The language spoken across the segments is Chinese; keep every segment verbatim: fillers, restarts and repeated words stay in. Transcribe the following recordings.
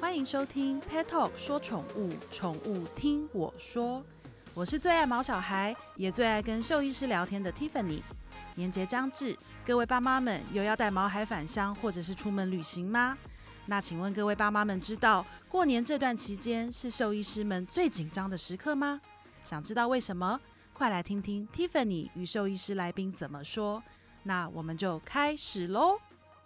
欢迎收听 Pet Talk 说宠物，宠物听我说。我是最爱毛小孩，也最爱跟兽医师聊天的 Tiffany。年节将至，各位爸妈们有要带毛孩返乡或者是出门旅行吗？那请问各位爸妈们知道过年这段期间是兽医师们最紧张的时刻吗？想知道为什么？快来听听 Tiffany 与兽医师来宾怎么说。那我们就开始咯。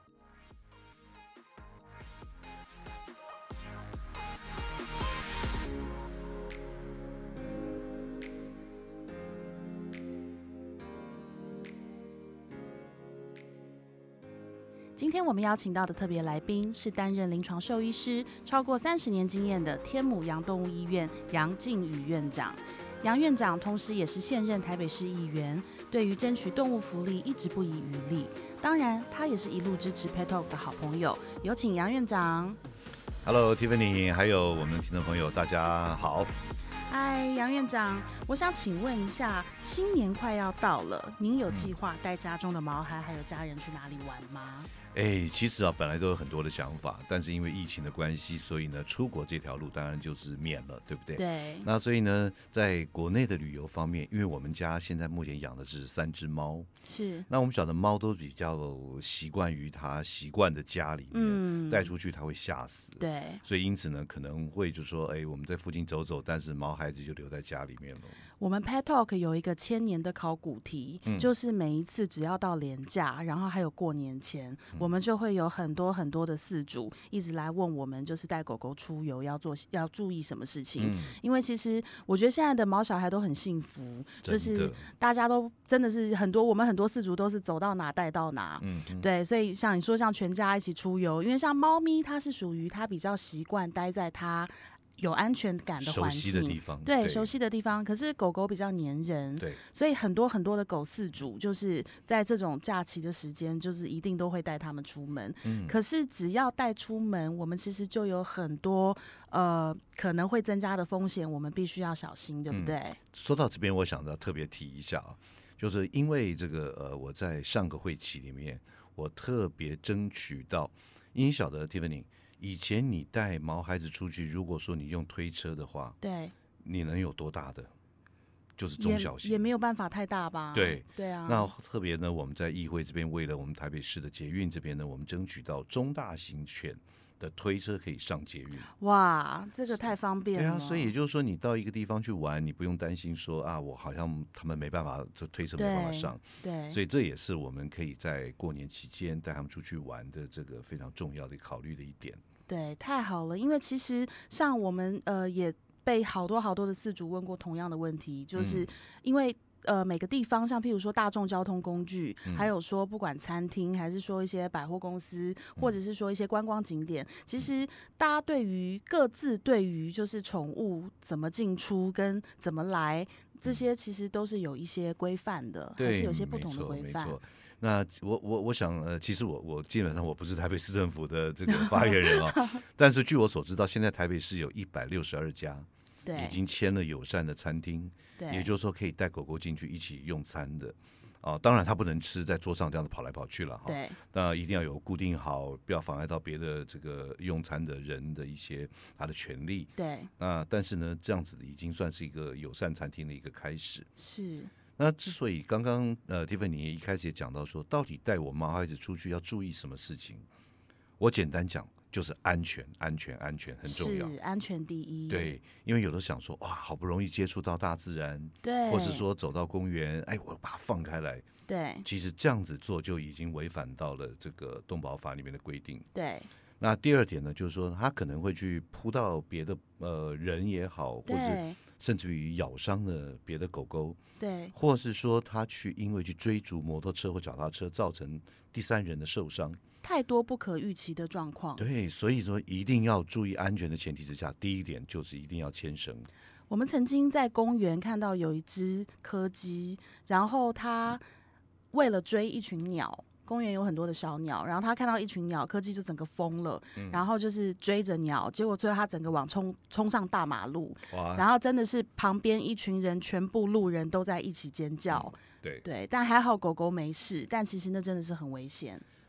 今天我们邀请到的特别来宾是担任临床兽医师超过三十年经验的天母洋动物医院杨靖宇院长。杨院长同时也是现任台北市议员，对于争取动物福利一直不遗余力。当然，他也是一路支持 Pet Talk 的好朋友。有请杨院长。 Hello Tiffany， 还有我们听众朋友，大家好。 嗨，杨院长，我想请问一下，新年快要到了，您有计划带家中的毛孩还有家人去哪里玩吗？ 哎，其实啊，本来都有很多的想法，但是因为疫情的关系，所以呢，出国这条路当然就是免了，对不对？ 对。 那所以呢，在国内的旅游方面，因为我们家现在目前养的是三只猫， 是。 那我们晓得猫都比较习惯于它习惯的家里面，嗯，带出去它会吓死， 对。 所以因此呢，可能会就说，哎，我们在附近走走，但是毛孩子就留在家里面了。 我们 Pet Talk 有一个千年的考古题，嗯、就是每一次只要到连假，然后还有过年前，嗯、我们就会有很多很多的饲主一直来问我们，就是带狗狗出游要做要注意什么事情。嗯、因为其实我觉得现在的毛小孩都很幸福，就是大家都真的是很多，我们很多饲主都是走到哪带到哪。嗯嗯、对，所以像你说像全家一起出游，因为像猫咪它是属于它比较习惯待在它有安全感的环境， 熟悉的地方， 对，熟悉的地方。可是狗狗比较黏人， 对， 所以很多很多的狗饲主就是在这种假期的时间，就是一定都会带他们出门。嗯，可是只要带出门，我们其实就有很多呃可能会增加的风险，我们必须要小心，对不对？嗯、 说到这边，我想要特别提一下啊，就是因为这个呃，我在上个会期里面，我特别争取到，因为晓得 Tiffany。以前你带毛孩子出去，如果说你用推车的话， 对， 你能有多大的？就是中小型， 也, 也没有办法太大吧？ 对， 对啊。 那特别呢，我们在议会这边，为了我们台北市的捷运这边呢，我们争取到中大型犬的推车可以上捷运。 哇，这个太方便了。 对啊，所以也就是说，你到一个地方去玩，你不用担心说啊，我好像他们没办法，就推车没办法上。 对，对， 所以这也是我们可以在过年期间带他们出去玩的这个非常重要的考虑的一点。 对，太好了，因为其实像我们呃也被好多好多的饲主问过同样的问题，就是因为、嗯、呃每个地方，像譬如说大众交通工具，嗯、还有说不管餐厅，还是说一些百货公司，或者是说一些观光景点，嗯、其实大家对于各自对于就是宠物怎么进出跟怎么来，这些其实都是有一些规范的，还是有些不同的规范。 那我我我想呃，其实我我基本上我不是台北市政府的这个发言人啊，但是据我所知道，现在台北市有一百六十二家， 对， 已经签了友善的餐厅， 对， 也就是说可以带狗狗进去一起用餐的。啊，当然它不能吃在桌上这样子跑来跑去了哈。 对， 那一定要有固定好，不要妨碍到别的这个用餐的人的一些他的权利。 对， 那但是呢，这样子已经算是一个友善餐厅的一个开始。 是。 那之所以刚刚呃 Tiffany 一开始也讲到说，到底带我毛孩子出去要注意什么事情？我简单讲，就是安全，安全，安全很重要， 是安全第一。 对，因为有的想说，哇，好不容易接触到大自然， 对， 或者说走到公园，哎，我把它放开来， 对， 其实这样子做就已经违反到了这个动保法里面的规定。 对。 那第二点呢，就是说他可能会去扑到别的呃人也好，或是甚至于咬伤了别的狗狗， 对， 或是说他去因为去追逐摩托车或脚踏车，造成第三人的受伤， 太多不可预期的状况。 对，所以说一定要注意安全的前提之下，第一点就是一定要牵绳。 我们曾经在公园看到有一只柯基，然后它为了追一群鸟。公园有很多的小鸟，然后他看到一群鸟，柯基就整个疯了，嗯、然后就是追着鸟，结果最后他整个往冲冲上大马路，然后真的是旁边一群人，全部路人都在一起尖叫， 嗯、对对，但还好狗狗没事，但其实那真的是很危险。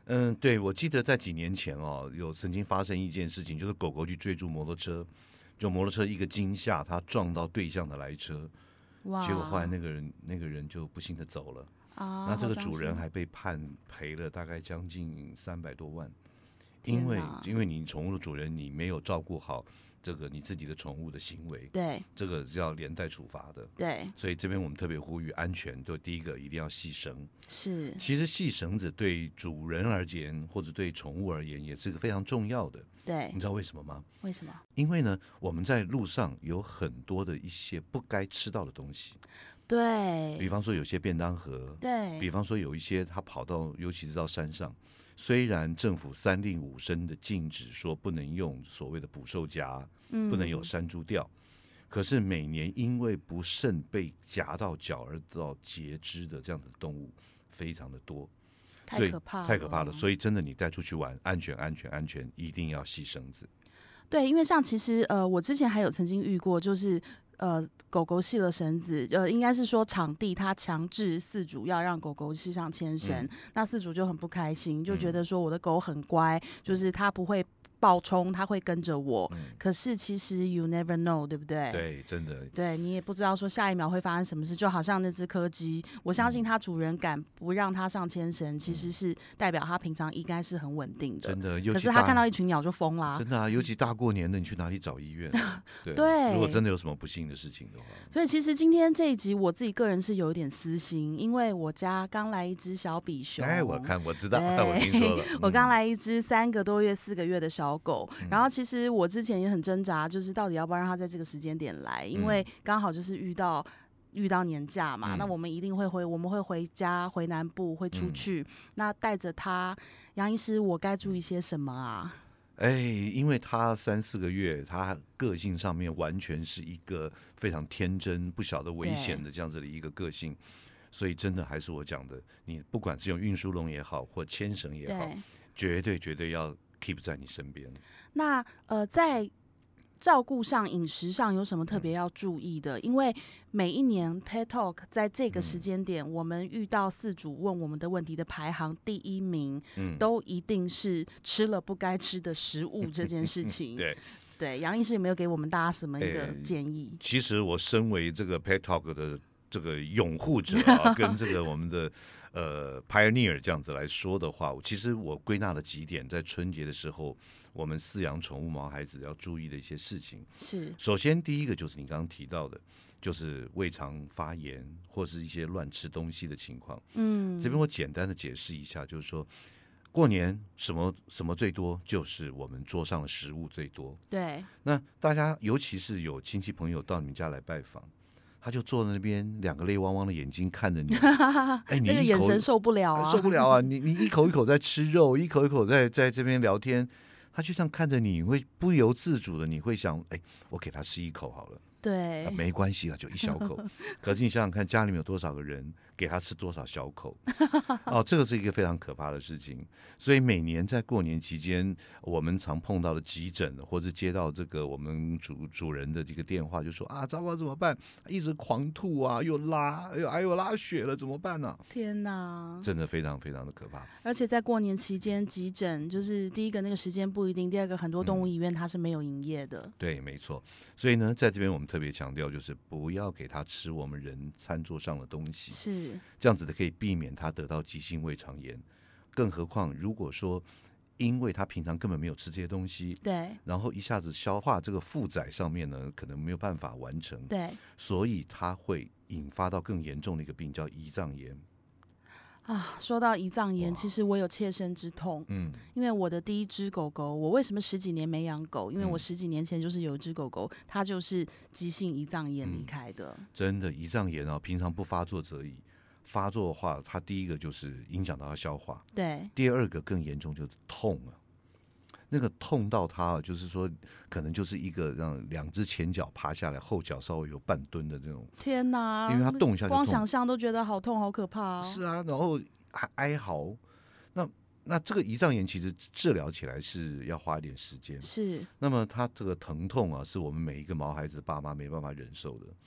嗯，对，我记得在几年前哦，有曾经发生一件事情，就是狗狗去追逐摩托车，就摩托车一个惊吓，它撞到对向的来车，结果后来哇那个人那个人就不幸的走了。 啊， 那这好伤个主人心， 还被判赔了大概将近三百多万，因为天哪， 因为你宠物的主人你没有照顾好这个你自己的宠物的行为， 对这个是要连带处罚的。 对所以这边我们特别呼吁安全，就第一个一定要系绳。 是， 其实系绳子对主人而言，或者对宠物而言，也是个非常重要的。 对你，知道为什么吗？ 为什么？ 因为呢，我们在路上有很多的一些不该吃到的东西，比对方说有些便当盒，比对， 方说有一些他跑到，尤其是到山上，虽然政府三令五申的禁止说不能用所谓的捕兽夹， 嗯， 不能有山猪吊，可是每年因为不慎被夹到脚而到截肢的这样的动物非常的多， 太所以可怕了， 太可怕了。所以真的，你带出去玩，安全、安全、安全，一定要系绳子。 对，因为像其实呃，我之前还有曾经遇过，就是呃，狗狗系了绳子，呃，应该是说场地它强制饲主要让狗狗系上牵绳， 嗯那饲主就很不开心，就觉嗯得说我的狗很乖，就是它不会暴冲，它会跟着我。 嗯， 可是其实 you never know，对不对？ 对，真的， 对你也不知道说下一秒会发生什么事，就好像那只柯基，我相信它主人敢不让它上牵绳，其实是代表它平常应该是很稳定的。 真的，尤可是它其大看到一群鸟就疯啦。 真的啊，尤其大过年的，你去哪里找医院啊？对， 对如果真的有什么不幸的事情的话， 所以其实今天这一集我自己个人是有一点私心，因为我家刚来一只小比熊。 哎，我看我知道， 对我听说了， 我刚嗯来一只三个多月、四个月的小狗，然后其实我之前也很挣扎，就是到底要不要让它在这个时间点来，因为刚好就是遇到。遇到年假嘛， 嗯那我们一定会回，我们会回家，回南部，会出去。那带着它，杨医师，我该注意些什么啊？ 哎，因为他三四个月，他个性上面完全是一个非常天真、不晓得危险的这样子的一个个性，所以真的还是我讲的，你不管是用运输笼也好，或牵绳也好， 对， 绝对绝对要 keep 在你身边。 那呃，在照顾上、饮食上有什么特别要注意的？因为每一年 Pet Talk 在这个时间点，我们遇到饲主问我们的问题的排行第一名， 嗯， 都一定是吃了不该吃的食物这件事情。 对。 对，杨医师有没有给我们大家什么一个哎建议？ 其实我身为这个 Pet Talk 的这个拥护者啊，跟这个我们的呃 Pioneer 这样子来说的话，其实我归纳了几点，在春节的时候，我们饲养宠物毛孩子要注意的一些事情。 是， 首先，第一个就是你刚刚提到的，就是胃肠发炎或是一些乱吃东西的情况。 嗯， 这边我简单的解释一下，就是说。过年什么什么最多，就是我们桌上的食物最多。 对， 那大家尤其是有亲戚朋友到你们家来拜访，他就坐在那边，两个泪汪汪的眼睛看着你，哎，你那个一口眼神受不了啊， 受不了啊！你你一口一口在吃肉，一口一口在在这边聊天，他就这样看着你，会不由自主的，你会想，哎，我给他吃一口好了， 对啊、，没关系了，就一小口。可是你想想看，家里面有多少个人，给他吃多少小口？哦，这个是一个非常可怕的事情。所以每年在过年期间，我们常碰到的急诊，或者接到这个我们主主人的这个电话，就说啊，糟糕怎么办？一直狂吐啊，又拉，哎呦，哎呦拉血了，怎么办呢、啊？ 天哪！ 真的非常非常的可怕。 而且在过年期间，急诊就是第一个那个时间不一定，第二个很多动物医院它是没有营业的。 对，没错。所以呢，在这边我们特别强调，就是不要给他吃我们人餐桌上的东西， 是， 这样子的可以避免他得到急性胃肠炎。更何况，如果说因为他平常根本没有吃这些东西， 对然后一下子消化这个负载上面呢，可能没有办法完成， 对所以它会引发到更严重的一个病，叫胰脏炎。 啊。说到胰脏炎， 哇其实我有切身之痛， 嗯因为我的第一只狗狗，我为什么十几年没养狗？因为我嗯十几年前就是有一只狗狗，它就是急性胰脏炎离开的。 真的胰脏炎啊，平常不发作则已，发作的话，它第一个就是影响到它消化， 对第二个更严重就是痛啊。那个痛到它，就是说，可能就是一个让两只前脚趴下来，后脚稍微有半蹲的这种。 天哪！ 因为它动一下就痛光想象都觉得好痛，好可怕哦。 是啊，然后还哀嚎。那那这个胰脏炎其实治疗起来是要花一点时间。 是， 那么它这个疼痛啊，是我们每一个毛孩子的爸妈没办法忍受的。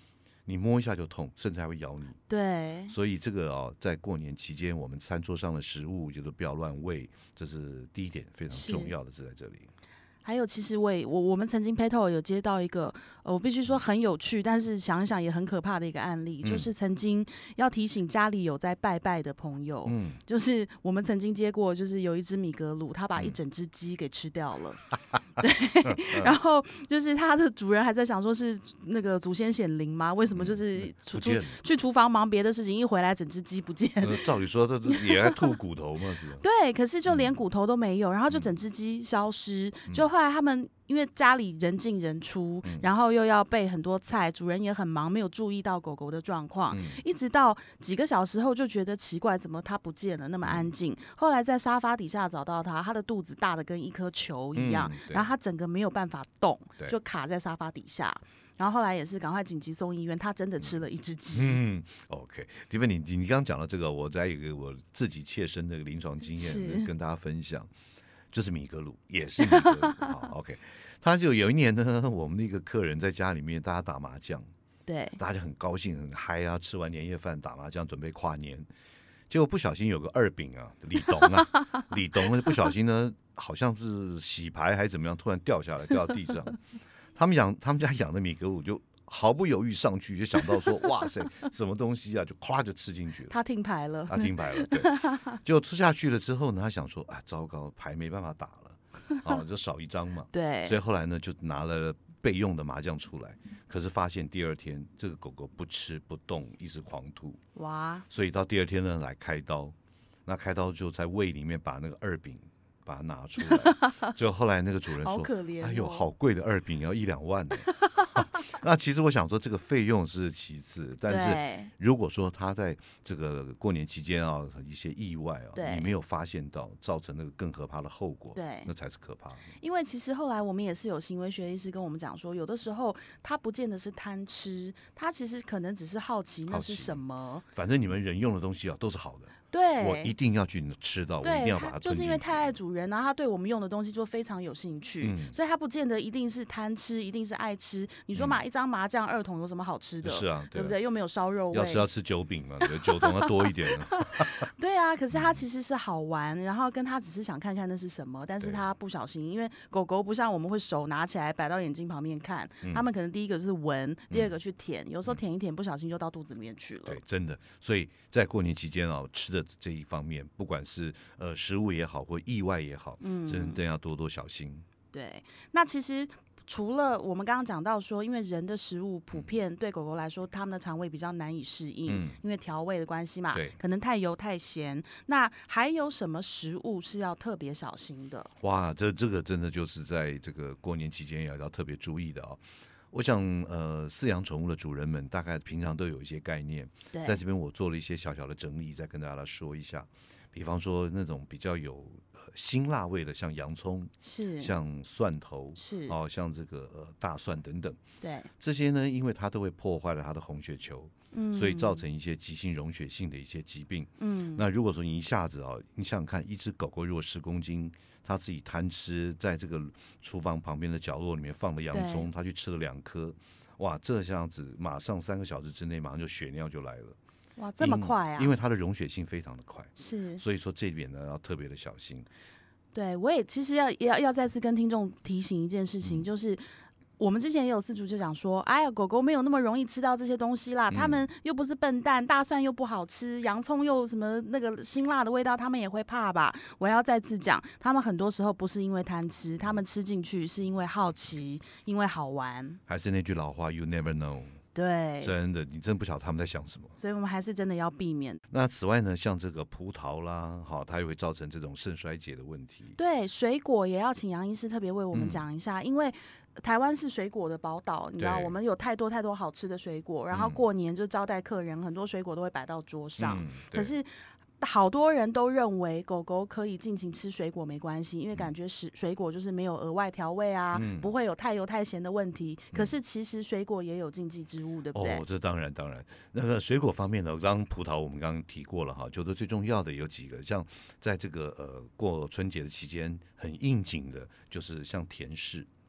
你摸一下就痛，甚至还会咬你。 对， 所以这个哦，在过年期间，我们餐桌上的食物就是不要乱喂，这是第一点非常重要的，是在这里。 还有，其实我也我我们曾经 Petal 有接到一个，呃，我必须说很有趣，但是想一想也很可怕的一个案例，嗯、就是曾经要提醒家里有在拜拜的朋友，嗯，就是我们曾经接过，就是有一只米格鲁，他把一整只鸡给吃掉了，嗯、对，然后就是它的主人还在想说是那个祖先显灵吗？为什么就是出出去厨房忙别的事情，一回来整只鸡不见？ 呃、照理说这也在吐骨头嘛，是吧？ 对，可是就连骨头都没有，然后就整只鸡消失，嗯、就。后来他们因为家里人进人出，嗯、然后又要备很多菜，主人也很忙，没有注意到狗狗的状况，嗯、一直到几个小时后就觉得奇怪，怎么它不见了，那么安静。嗯、后来在沙发底下找到它，它的肚子大的跟一颗球一样，嗯、然后它整个没有办法动，就卡在沙发底下。然后后来也是赶快紧急送医院，他真的吃了一只鸡。 嗯 ，OK，Tiffany， 你你刚刚讲到这个，我在有一个我自己切身的临床经验跟大家分享。就是米格鲁，也是米格鲁。好 ，OK， 他就有一年呢，我们那个客人在家里面，大家打麻将， 对， 大家就很高兴很嗨啊，吃完年夜饭打麻将，准备跨年，结果不小心有个二饼啊，李董啊，李董不小心呢，好像是洗牌还是怎么样，突然掉下来，掉到地上。他们养他们家养的米格鲁就毫不犹豫上去，就想到说，哇塞，什么东西啊，就咵就吃进去了。 他听牌了， 他听牌了，对。结果吃下去了之后呢，他想说，啊，糟糕，牌没办法打了，啊，就少一张嘛。 对。 所以后来呢，就拿了备用的麻将出来，可是发现第二天这个狗狗不吃不动，一直狂吐。 哇！ 所以到第二天呢，来开刀，那开刀就在胃里面把那个二饼把它拿出来。就后来那个主人说， 好可怜哦， 哎呦，好贵的二饼，要一两万呢。那其实我想说，这个费用是其次，但是如果说他在这个过年期间啊，一些意外啊，你没有发现到，造成那个更可怕的后果， 对， 那才是可怕的。 因为其实后来我们也是有行为学医师跟我们讲说，有的时候他不见得是贪吃，他其实可能只是好奇那是什么。 反正你们人用的东西啊，都是好的。 对， 我一定要去吃到，我一定要把它吞进去。 就是因为太爱主人，然后他对我们用的东西就非常有兴趣，嗯、所以他不见得一定是贪吃，一定是爱吃。你说嘛，嗯、一张麻将二筒有什么好吃的？ 是啊， 对不对？又没有烧肉味。 要吃要吃九饼嘛，九筒要多一点。 对啊，可是他其实是好玩，然后跟他只是想看看那是什么，但是他不小心，因为狗狗不像我们会手拿起来摆到眼睛旁边看，嗯、他们可能第一个是闻，第二个去舔，嗯、有时候舔一舔不小心就到肚子里面去了。 对，真的。所以在过年期间啊，吃的这一方面。不管是呃食物也好，或意外也好，嗯，真的要多多小心。 对，那其实除了我们刚刚讲到说，因为人的食物普遍对狗狗来说，它们的肠胃比较难以适应，嗯、因为调味的关系嘛， 对， 可能太油太咸。那还有什么食物是要特别小心的？ 哇，这这个真的就是在这个过年期间也要特别注意的哦。我想，呃，饲养宠物的主人们大概平常都有一些概念，在这边我做了一些小小的整理，再跟大家说一下。比方说那种比较有、呃、辛辣味的，像洋葱， 是像蒜头， 是哦，像这个呃大蒜等等， 对， 这些呢，因为它都会破坏了它的红血球，嗯，所以造成一些急性溶血性的一些疾病，嗯，那如果说你一下子啊，你想想看，一只狗狗如果十公斤，它自己贪吃，在这个厨房旁边的角落里面放了洋葱，它去吃了两颗，哇，这样子马上三个小时之内，马上就血尿就来了。 哇，这么快啊！ 因为它的溶血性非常的快， 是， 所以说这边呢要特别的小心。 对，我也其实要要要再次跟听众提醒一件事情，嗯、就是我们之前也有饲主就讲说，哎呀，狗狗没有那么容易吃到这些东西啦，他、嗯、们又不是笨蛋，大蒜又不好吃，洋葱又什么那个辛辣的味道，他们也会怕吧？我要再次讲，他们很多时候不是因为贪吃，他们吃进去是因为好奇，因为好玩。 还是那句老话 ，You never know。 对， 真的，你真不晓得他们在想什么， 所以我们还是真的要避免。 那此外呢，像这个葡萄啦，好，它也会造成这种肾衰竭的问题。 对，水果也要请杨医师特别为我们讲一下，嗯、因为台湾是水果的宝岛，你知道，我们有太多太多好吃的水果，然后过年就招待客人，嗯、很多水果都会摆到桌上，嗯、可是。好多人都认为狗狗可以尽情吃水果没关系，因为感觉是水果就是没有额外调味啊，嗯、不会有太油太咸的问题。可是其实水果也有禁忌之物，对不对？ 哦，这当然当然。那个水果方面呢，刚刚葡萄我们刚刚提过了哈，觉得最重要的有几个，像在这个呃过春节的期间很应景的，就是像甜柿。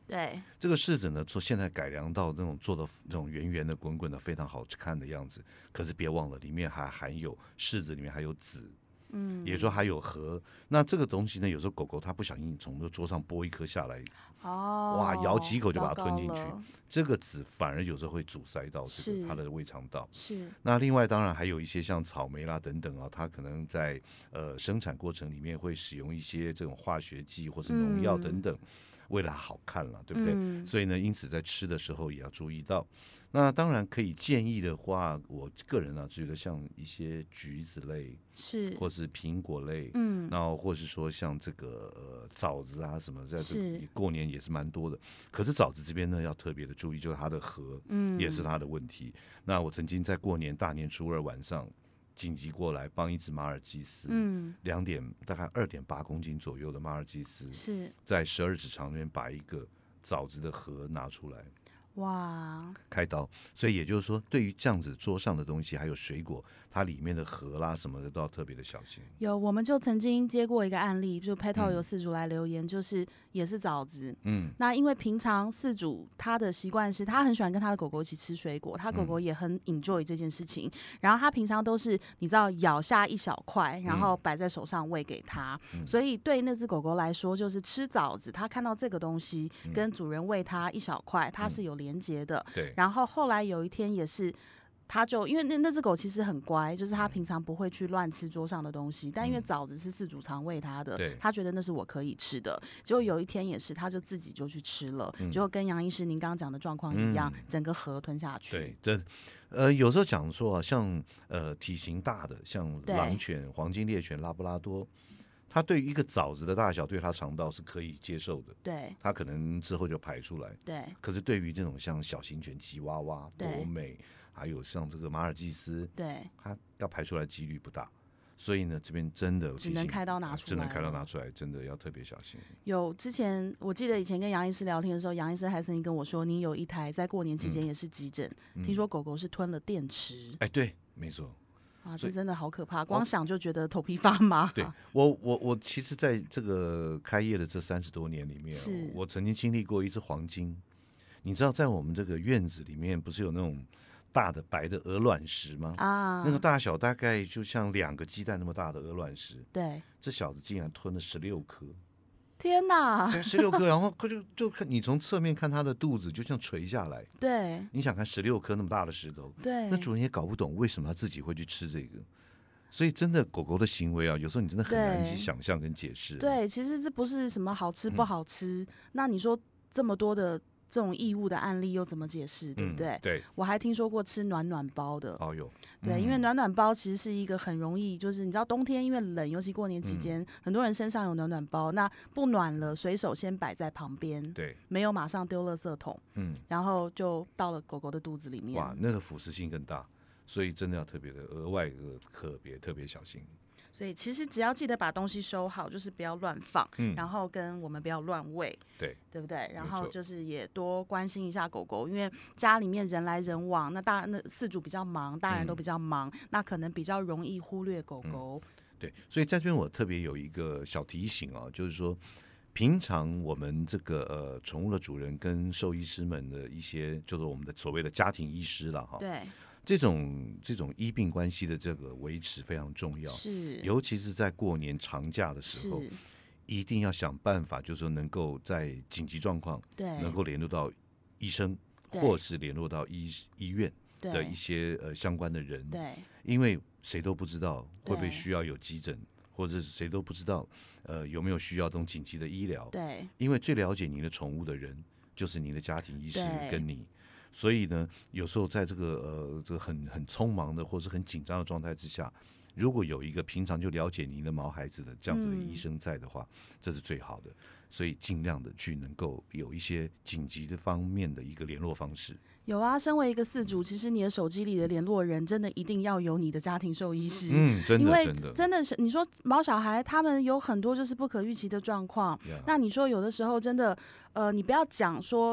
对， 这个柿子呢，做现在改良到那种做的那种圆圆的、滚滚的，非常好看的样子。可是别忘了，里面还含有柿子里面还有籽，嗯，也就是说还有核。那这个东西呢，有时候狗狗它不小心从那桌上剥一颗下来， 哦， 哇，咬几口就把它吞进去。 了这个籽反而有时候会阻塞到这个它的胃肠道。 是。 那另外当然还有一些像草莓啦等等啊，它可能在呃生产过程里面会使用一些这种化学剂或是农药等等。嗯，为了好看了，对不对？嗯，所以呢，因此在吃的时候也要注意到。那当然可以建议的话，我个人啊觉得像一些橘子类，是，或是苹果类，嗯，然后或是说像这个呃枣子啊什么，在这个过年也是蛮多的。可是枣子这边呢要特别的注意，就是它的核，嗯，也是它的问题。那我曾经在过年大年初二晚上。紧急过来帮一只马尔济斯，嗯，两点大概二点八公斤左右的马尔济斯，是在十二指肠那边把一个枣子的核拿出来，哇，开刀。所以也就是说，对于这样子桌上的东西，还有水果，它里面的核啦什么的都要特别的小心。 有，我们就曾经接过一个案例，就 Petal 有饲主来留言，嗯、就是也是枣子，嗯，那因为平常饲主他的习惯是他很喜欢跟他的狗狗一起吃水果，他狗狗也很 enjoy 这件事情，嗯、然后他平常都是你知道咬下一小块，然后摆在手上喂给他，嗯、所以对那只狗狗来说，就是吃枣子，他看到这个东西、嗯、跟主人喂它一小块，它是有连结的，嗯、对。然后后来有一天也是。他就因为那那只狗其实很乖，就是他平常不会去乱吃桌上的东西，但因为枣子是饲主常喂他的，他觉得那是我可以吃的。结果有一天也是，他就自己就去吃了，嗯、结果跟杨医师您刚刚讲的状况一样，嗯、整个核吞下去。 对，这呃有时候讲说啊，像呃体型大的，像狼犬、黄金猎犬、拉布拉多。它对于一个枣子的大小，对它肠道是可以接受的，对，它可能之后就排出来，对。可是对于这种像小型犬、吉娃娃、博美，还有像这个马尔济斯，对，它要排出来几率不大。所以呢，这边真的只能开刀拿出来， 只能开刀拿出来，真的要特别小心。 有之前我记得以前跟杨医师聊天的时候，杨医师还曾经跟我说，你有一台在过年期间也是急诊，嗯、听说狗狗是吞了电池。 哎、嗯，对，没错。 啊，这真的好可怕！光想就觉得头皮发麻。 对我，我我其实在这个开业的这三十多年里面，我曾经经历过一只黄金。你知道，在我们这个院子里面，不是有那种大的白的鹅卵石吗？啊，那个大小大概就像两个鸡蛋那么大的鹅卵石。对，这小子竟然吞了十六颗。 天哪！ 对，十六颗，然后就就看你从侧面看它的肚子，就像垂下来。 对， 你想看十六颗那么大的石头，对，那主人也搞不懂为什么他自己会去吃这个。所以真的狗狗的行为啊，有时候你真的很难去想象跟解释。 对，其实这不是什么好吃不好吃，嗯、那你说这么多的这种异物的案例又怎么解释，对不对？嗯、对，我还听说过吃暖暖包的。 哦有。 对，嗯、因为暖暖包其实是一个很容易，就是你知道冬天因为冷，尤其过年期间，嗯、很多人身上有暖暖包，那不暖了，随手先摆在旁边，对，没有马上丢垃圾桶，嗯，然后就到了狗狗的肚子里面。 哇，那个腐蚀性更大，所以真的要特别的额外的特别特别小心。 所以其实只要记得把东西收好，就是不要乱放，嗯、然后跟我们不要乱喂，对，对不对？然后就是也多关心一下狗狗，因为家里面人来人往，那大那饲主比较忙，大人都比较忙，嗯、那可能比较容易忽略狗狗。 嗯、对，所以在这边我特别有一个小提醒啊，就是说，平常我们这个呃宠物的主人跟兽医师们的一些，就是我们的所谓的家庭医师了哈，对。这种这种医病关系的这个维持非常重要，是，尤其是在过年长假的时候，一定要想办法，就是说能够在紧急状况，对，能够联络到医生，或是联络到医医院的一些呃相关的人，对，因为谁都不知道会不会需要有急诊，或者是谁都不知道呃有没有需要这种紧急的医疗，对，因为最了解您的宠物的人就是您的家庭医师跟你。所以呢，有时候在这个呃这个很很匆忙的或是很紧张的状态之下，如果有一个平常就了解您的毛孩子的这样子的医生在的话，嗯、这是最好的。所以尽量的去能够有一些紧急的方面的一个联络方式。 有啊，身为一个饲主，其实你的手机里的联络人真的一定要有你的家庭兽医师， 嗯，真的， 因为真的真的是你说毛小孩他们有很多就是不可预期的状况， yeah. 那你说有的时候真的，呃，你不要讲说。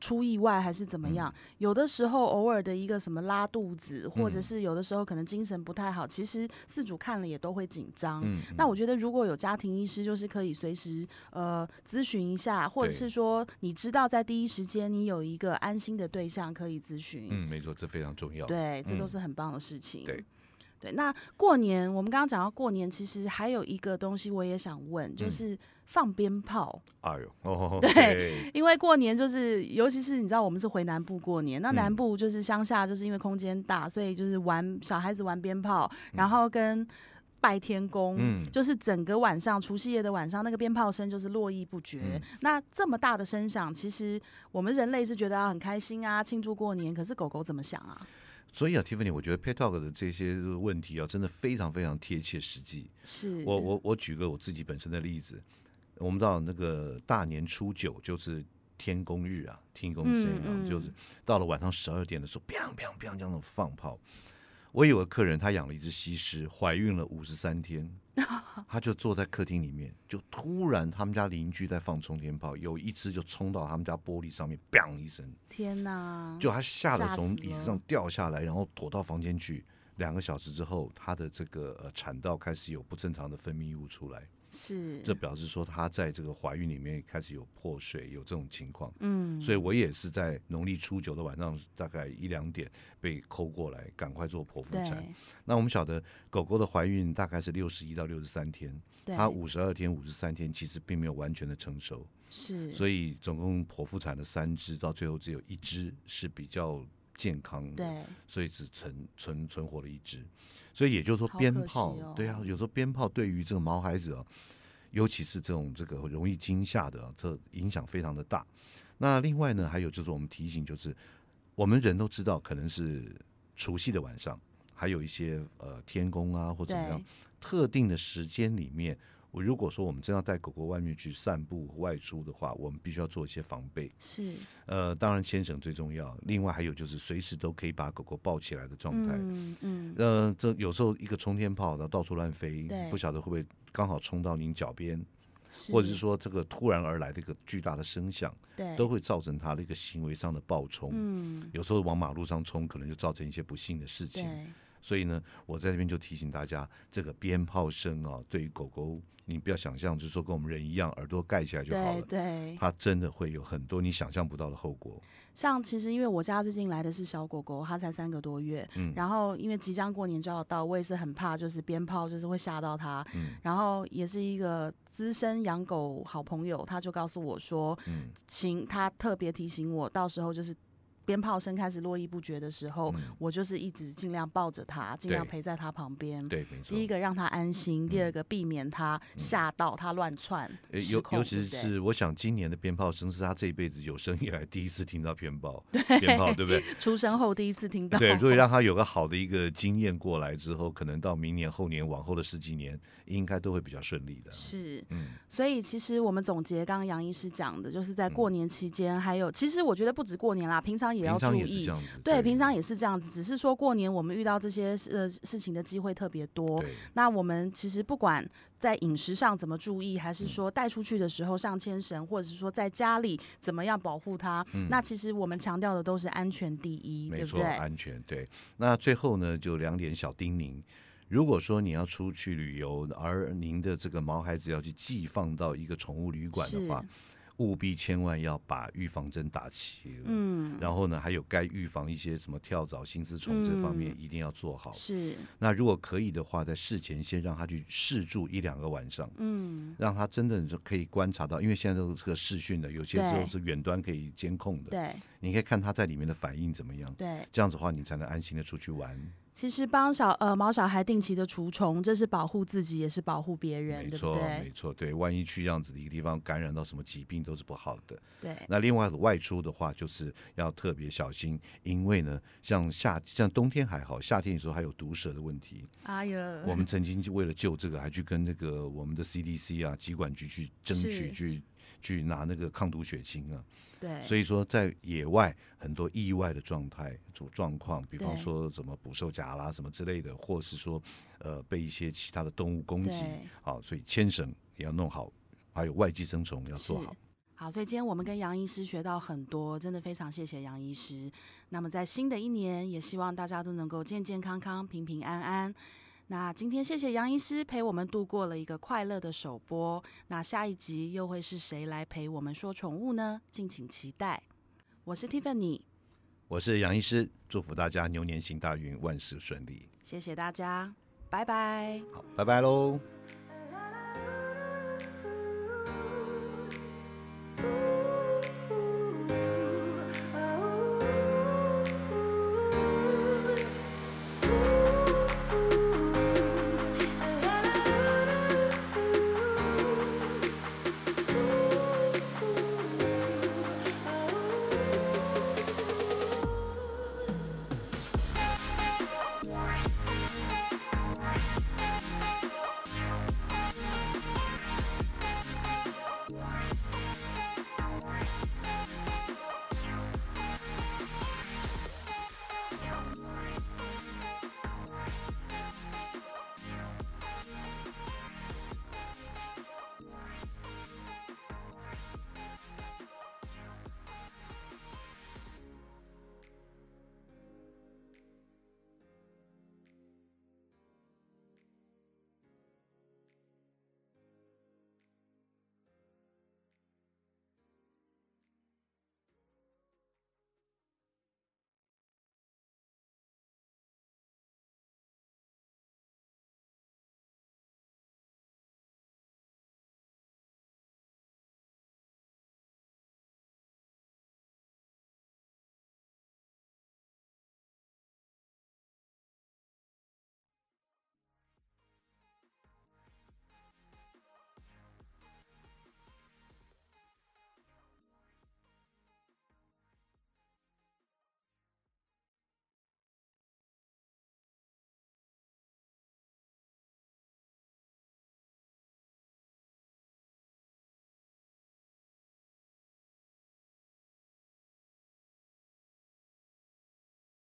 出意外还是怎么样，嗯、有的时候偶尔的一个什么拉肚子，或者是有的时候可能精神不太好，嗯、其实饲主看了也都会紧张。嗯嗯、那我觉得如果有家庭医师，就是可以随时呃咨询一下，或者是说你知道在第一时间你有一个安心的对象可以咨询。 嗯，没错，这非常重要。 对，这都是很棒的事情。 嗯、对。 对，那过年我们刚刚讲到过年，其实还有一个东西我也想问，就是放鞭炮。 嗯、哎呦，哦， 对， 对， 因为过年就是，尤其是你知道我们是回南部过年，那南部就是乡下，就是因为空间大，所以就是玩小孩子玩鞭炮，然后跟拜天公，嗯，就是整个晚上除夕夜的晚上，那个鞭炮声就是络绎不绝。嗯、那这么大的声响，其实我们人类是觉得很开心啊，庆祝过年，可是狗狗怎么想啊？ 所以啊 ，Tiffany， 我觉得 Pet Talk 的这些问题啊，真的非常非常贴切实际。 是我我我举个我自己本身的例子，我们知道那个大年初九就是天公日啊，天公生啊，嗯嗯、就是到了晚上十二点的时候，砰砰砰这样放炮。我有个客人，他养了一只西施，怀孕了五十三天，他就坐在客厅里面，就突然他们家邻居在放冲天炮，有一只就冲到他们家玻璃上面，砰一声， 天哪！ 就他吓得从椅子上掉下来，然后躲到房间去。两个小时之后，他的这个呃产道开始有不正常的分泌物出来， 是， 这表示说他在这个怀孕里面开始有破水，有这种情况。嗯，所以我也是在农历初九的晚上，大概一两点被抠过来，赶快做剖腹产。那我们晓得狗狗的怀孕大概是六十一到六十三天，它五十二天、五十三天其实并没有完全的成熟， 是， 所以总共剖腹产的三只，到最后只有一只是比较健康的， 对， 所以只存存存活了一只，所以也就是说鞭炮， 哦、 对啊，有时候鞭炮对于这个毛孩子啊，尤其是这种这个容易惊吓的、啊，这影响非常的大。那另外呢，还有就是我们提醒，就是我们人都知道，可能是除夕的晚上，还有一些呃天公啊或怎么样特定的时间里面。我如果说我们真要带狗狗外面去散步外出的话，我们必须要做一些防备。 是， 呃，当然牵绳最重要，另外还有就是随时都可以把狗狗抱起来的状态。 嗯嗯。 呃，这有时候一个冲天炮然后到处乱飞，不晓得会不会刚好冲到您脚边，或者是说这个突然而来的一个巨大的声响， 对， 都会造成它的一个行为上的暴冲。 嗯， 有时候往马路上冲，可能就造成一些不幸的事情。所以呢，我在这边就提醒大家，这个鞭炮声啊，对于狗狗，你不要想象，就是说跟我们人一样，耳朵盖起来就好了。 对对， 它真的会有很多你想象不到的后果。 像其实因为我家最近来的是小狗狗，它才三个多月，嗯，然后因为即将过年就要到，我也是很怕，就是鞭炮就是会吓到它，嗯，然后也是一个资深养狗好朋友，他就告诉我说，嗯，请他特别提醒我，到时候就是鞭炮声开始络绎不绝的时候，嗯、我就是一直尽量抱着他，尽量陪在他旁边。 对，没错。 第一个让他安心，嗯、第二个避免他吓到、嗯、他乱窜。 尤尤其是我想今年的鞭炮声是他这一辈子有生以来第一次听到鞭炮，鞭炮对不对？ 出生后第一次听到。 对，所以让他有个好的一个经验过来之后，可能到明年、后年、往后的十几年，应该都会比较顺利的。 是，嗯。所以其实我们总结刚刚杨医师讲的，就是在过年期间，嗯、还有其实我觉得不止过年啦，平常。也要注意， 对， 对，平常也是这样子，只是说过年我们遇到这些呃事情的机会特别多。那我们其实不管在饮食上怎么注意，还是说带出去的时候上牵绳，或者是说在家里怎么样保护它，嗯、那其实我们强调的都是安全第一， 没错， 对不对？ 安全对。那最后呢，就两点小叮咛。如果说你要出去旅游，而您的这个毛孩子要去寄放到一个宠物旅馆的话，务必千万要把预防针打齐了，嗯，然后呢，还有该预防一些什么跳蚤、心丝虫这方面一定要做好。 是。 那如果可以的话，在事前先让他去试住一两个晚上，嗯，让他真的可以观察到，因为现在都是个视讯的，有些时候是远端可以监控的， 对， 你可以看他在里面的反应怎么样， 对， 这样子的话你才能安心的出去玩。 其实帮小呃毛小孩定期的除虫，这是保护自己，也是保护别人， 没错， 对不对？ 没错，对，万一去这样子的一个地方感染到什么疾病都是不好的。 对。 那另外外出的话，就是要特别小心，因为呢，像夏像冬天还好，夏天有时候还有毒蛇的问题。 哎呀， 我们曾经为了救这个，还去跟那个我们的 C D C 啊疾管局去争取，去去拿那个抗毒血清啊。 对， 所以说在野外很多意外的状态状况，比方说什么捕兽夹啦什么之类的，或是说呃被一些其他的动物攻击，好，所以牵绳也要弄好，还有外寄生虫要做好。 好，所以今天我们跟杨医师学到很多，真的非常谢谢杨医师。那么在新的一年，也希望大家都能够健健康康、平平安安。那今天谢谢杨医师陪我们度过了一个快乐的首播。那下一集又会是谁来陪我们说宠物呢？敬请期待。我是 Tiffany， 我是杨医师，祝福大家牛年行大运，万事顺利。 谢谢大家，拜拜。 好，拜拜喽。